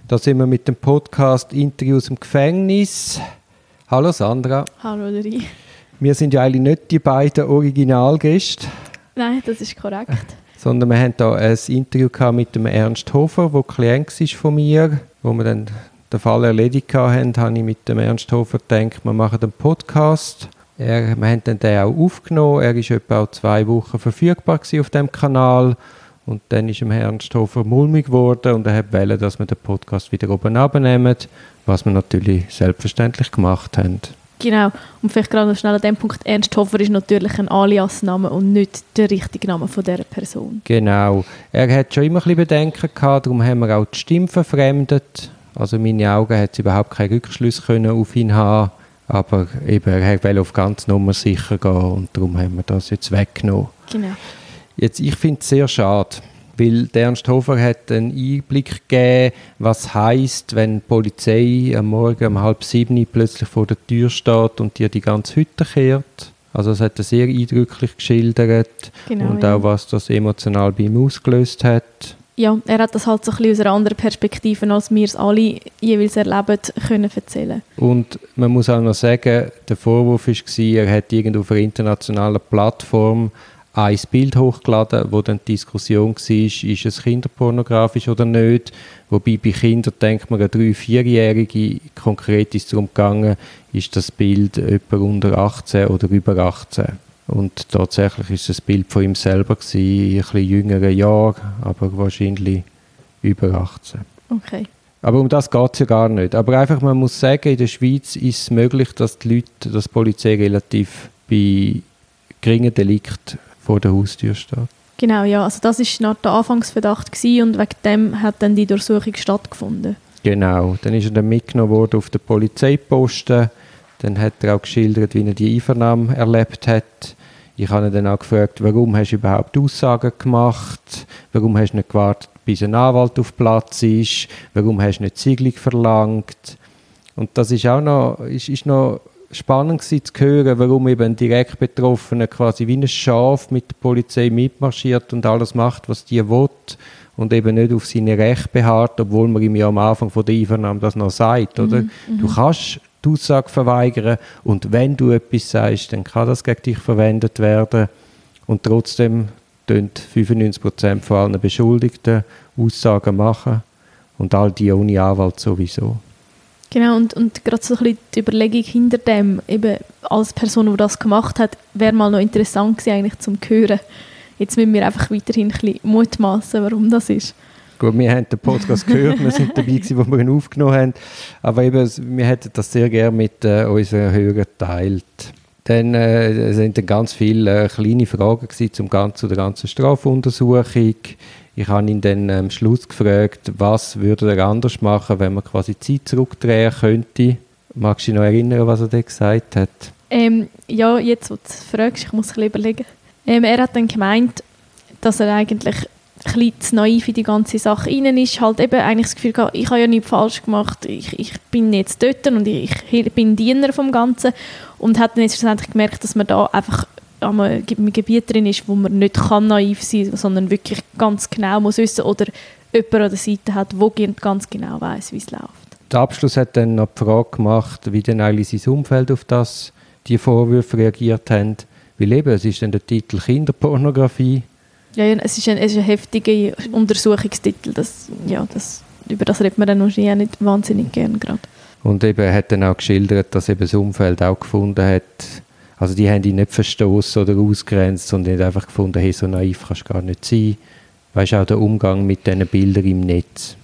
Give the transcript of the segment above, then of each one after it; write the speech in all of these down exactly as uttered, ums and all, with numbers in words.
Da sind wir mit dem Podcast Interview aus dem Gefängnis. Hallo Sandra. Hallo Dori. Wir sind ja eigentlich nicht die beiden Originalgäste. Nein, das ist korrekt. Sondern wir haben hier ein Interview gehabt mit dem Ernst Hofer, der Klient war von mir. Wo wir dann den Fall erledigt haben, habe ich mit dem Ernst Hofer gedacht, wir machen einen Podcast. Er, wir haben dann den auch aufgenommen. Er war etwa auch zwei Wochen verfügbar auf diesem Kanal. Und dann ist dem Ernst Hofer mulmig geworden und er wollte, dass wir den Podcast wieder oben abnehmen, was wir natürlich selbstverständlich gemacht haben. Genau, und vielleicht gerade noch schnell an dem Punkt, Ernst Hofer ist natürlich ein Alias-Name und nicht der richtige Name von dieser Person. Genau, er hat schon immer ein bisschen Bedenken gehabt, darum haben wir auch die Stimme verfremdet. Also in meinen Augen hat es überhaupt keine Rückschlüsse können auf ihn haben, aber eben, er wollte auf ganz Nummer sicher gehen und darum haben wir das jetzt weggenommen. Genau. Jetzt, ich finde es sehr schade, weil der Ernst Hofer hat einen Einblick gegeben, was heisst, wenn die Polizei am Morgen um halb sieben plötzlich vor der Tür steht und dir die ganze Hütte kehrt. Also es hat er sehr eindrücklich geschildert Genau, und ja. auch, was das emotional bei ihm ausgelöst hat. Ja, er hat das halt so ein bisschen aus einer anderen Perspektive, als wir es alle jeweils erleben, können erzählen. Und man muss auch noch sagen, der Vorwurf war, er hat irgendwo auf einer internationalen Plattform ein Bild hochgeladen, wo dann die Diskussion war, ist es kinderpornografisch oder nicht. Wobei bei Kindern denkt man, eine drei-, vierjährige, konkret ist es darum gegangen, ist das Bild jemand unter achtzehn oder über achtzehn. Und tatsächlich ist es ein Bild von ihm selber gewesen, in ein bisschen jüngeren Jahren, aber wahrscheinlich über achtzehn. Okay. Aber um das geht es ja gar nicht. Aber einfach, man muss sagen, in der Schweiz ist es möglich, dass die Leute, dass die Polizei relativ bei geringen Delikten vor der Haustür steht. Genau, ja. Also das war noch der Anfangsverdacht gewesen und wegen dem hat dann die Durchsuchung stattgefunden. Genau. Dann ist er dann mitgenommen worden auf den Polizeiposten. Dann hat er auch geschildert, wie er die Einvernahme erlebt hat. Ich habe ihn dann auch gefragt, warum hast du überhaupt Aussagen gemacht? Warum hast du nicht gewartet, bis ein Anwalt auf Platz ist? Warum hast du nicht Ziegelung verlangt? Und das ist auch noch, ist, ist noch spannend gewesen, zu hören, warum eben ein direkt Betroffener quasi wie ein Schaf mit der Polizei mitmarschiert und alles macht, was die will und eben nicht auf seine Rechte beharrt, obwohl man ihm ja am Anfang von der Einvernahme das noch sagt, oder? Mhm, du kannst die Aussage verweigern und wenn du etwas sagst, dann kann das gegen dich verwendet werden und trotzdem tun fünfundneunzig Prozent von allen Beschuldigten Aussagen machen und all die ohne Anwalt sowieso. Genau, und, und gerade so ein bisschen die Überlegung hinter dem, eben als Person, die das gemacht hat, wäre mal noch interessant gewesen, eigentlich zum Hören. Jetzt müssen wir einfach weiterhin ein bisschen mutmaßen, warum das ist. Gut, wir haben den Podcast gehört, wir sind dabei gewesen, wo wir ihn aufgenommen haben, aber eben, wir hätten das sehr gerne mit äh, unseren Hörern geteilt. Dann äh, sind dann ganz viele äh, kleine Fragen gewesen zum ganzen, zu der ganzen Strafuntersuchung. Ich habe ihn dann am Schluss gefragt, was würde er anders machen, wenn man quasi Zeit zurückdrehen könnte. Magst du dich noch erinnern, was er da gesagt hat? Ähm, ja, jetzt, wo du es fragst, ich muss ein bisschen überlegen. Ähm, er hat dann gemeint, dass er eigentlich ein bisschen zu naiv in die ganze Sache rein ist. Halt eben eigentlich das Gefühl gehabt, ich habe ja nichts falsch gemacht, ich, ich bin jetzt dort und ich, ich bin Diener vom Ganzen. Und hat dann jetzt schlussendlich gemerkt, dass man da einfach an einem Gebiet drin ist, wo man nicht kann naiv sein kann, sondern wirklich ganz genau muss wissen oder jemand an der Seite hat, der ganz genau weiss, wie es läuft. Der Abschluss hat dann noch die Frage gemacht, wie denn eigentlich sein Umfeld auf das, die Vorwürfe reagiert haben. Weil eben, es ist dann der Titel Kinderpornografie. Ja, ja es, ist ein, es ist ein heftiger Untersuchungstitel. Das, ja, das, über das redet man dann wahrscheinlich auch nicht wahnsinnig gern gerade. Und eben, er hat dann auch geschildert, dass eben das Umfeld auch gefunden hat, also die haben ihn nicht verstoßen oder ausgrenzt, sondern einfach gefunden, hey, so naiv kannst du gar nicht sein. Weißt du, auch der Umgang mit diesen Bildern im Netz.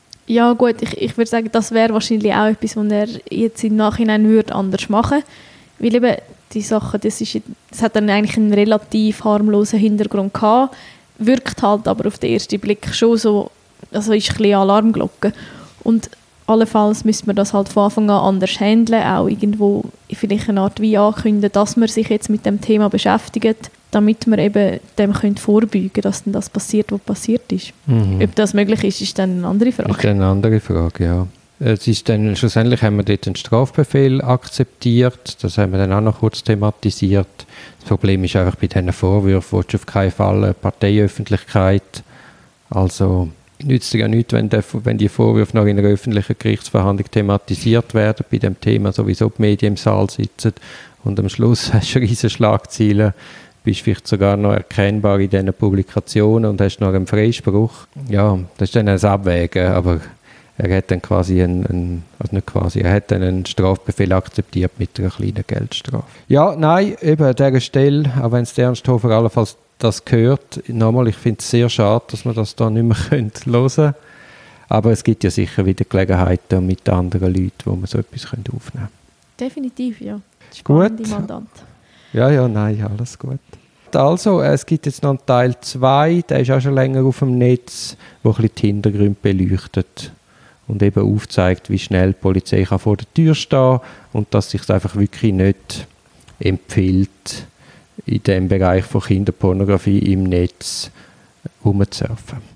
Ja gut, ich, ich würde sagen, das wäre wahrscheinlich auch etwas, was er jetzt im Nachhinein würde anders machen würde. Weil eben die Sache, das, ist, das hat dann eigentlich einen relativ harmlosen Hintergrund gehabt, wirkt halt aber auf den ersten Blick schon so, also ist ein bisschen Alarmglocke. Und allenfalls müsste man das halt von Anfang an anders handeln, auch irgendwo vielleicht eine Art wie ankündigen, dass man sich jetzt mit dem Thema beschäftigt, damit man eben dem vorbeugen können, dass dann das passiert, was passiert ist. Mhm. Ob das möglich ist, ist dann eine andere Frage. Ist eine andere Frage, ja. Es ist dann, schlussendlich haben wir dort einen Strafbefehl akzeptiert, das haben wir dann auch noch kurz thematisiert. Das Problem ist einfach bei diesen Vorwürfen, willst du auf keinen Fall eine Parteiöffentlichkeit. Also nützt ja nichts, wenn, der, wenn die Vorwürfe noch in einer öffentlichen Gerichtsverhandlung thematisiert werden, bei dem Thema sowieso die Medien im Saal sitzen und am Schluss hast du riesige Schlagzeilen, bist vielleicht sogar noch erkennbar in diesen Publikationen und hast noch einen Freispruch. Ja, das ist dann ein Abwägen, aber er hat dann quasi einen, einen, also nicht quasi, er hat dann einen Strafbefehl akzeptiert mit einer kleinen Geldstrafe. Ja, nein, eben an dieser Stelle, auch wenn es der Ernsthofer allenfalls das gehört, nochmal, ich finde es sehr schade, dass wir das da nicht mehr hören können. Aber es gibt ja sicher wieder Gelegenheiten mit anderen Leuten, wo man so etwas aufnehmen können. Definitiv, ja. Spannende Gut. Mandant. Ja, ja, nein, alles gut. Also, es gibt jetzt noch einen Teil zwei, der ist auch schon länger auf dem Netz, wo ein bisschen die Hintergründe beleuchtet und eben aufzeigt, wie schnell die Polizei kann vor der Tür stehen und dass sich es einfach wirklich nicht empfiehlt, in dem Bereich von Kinderpornografie im Netz rumzusurfen.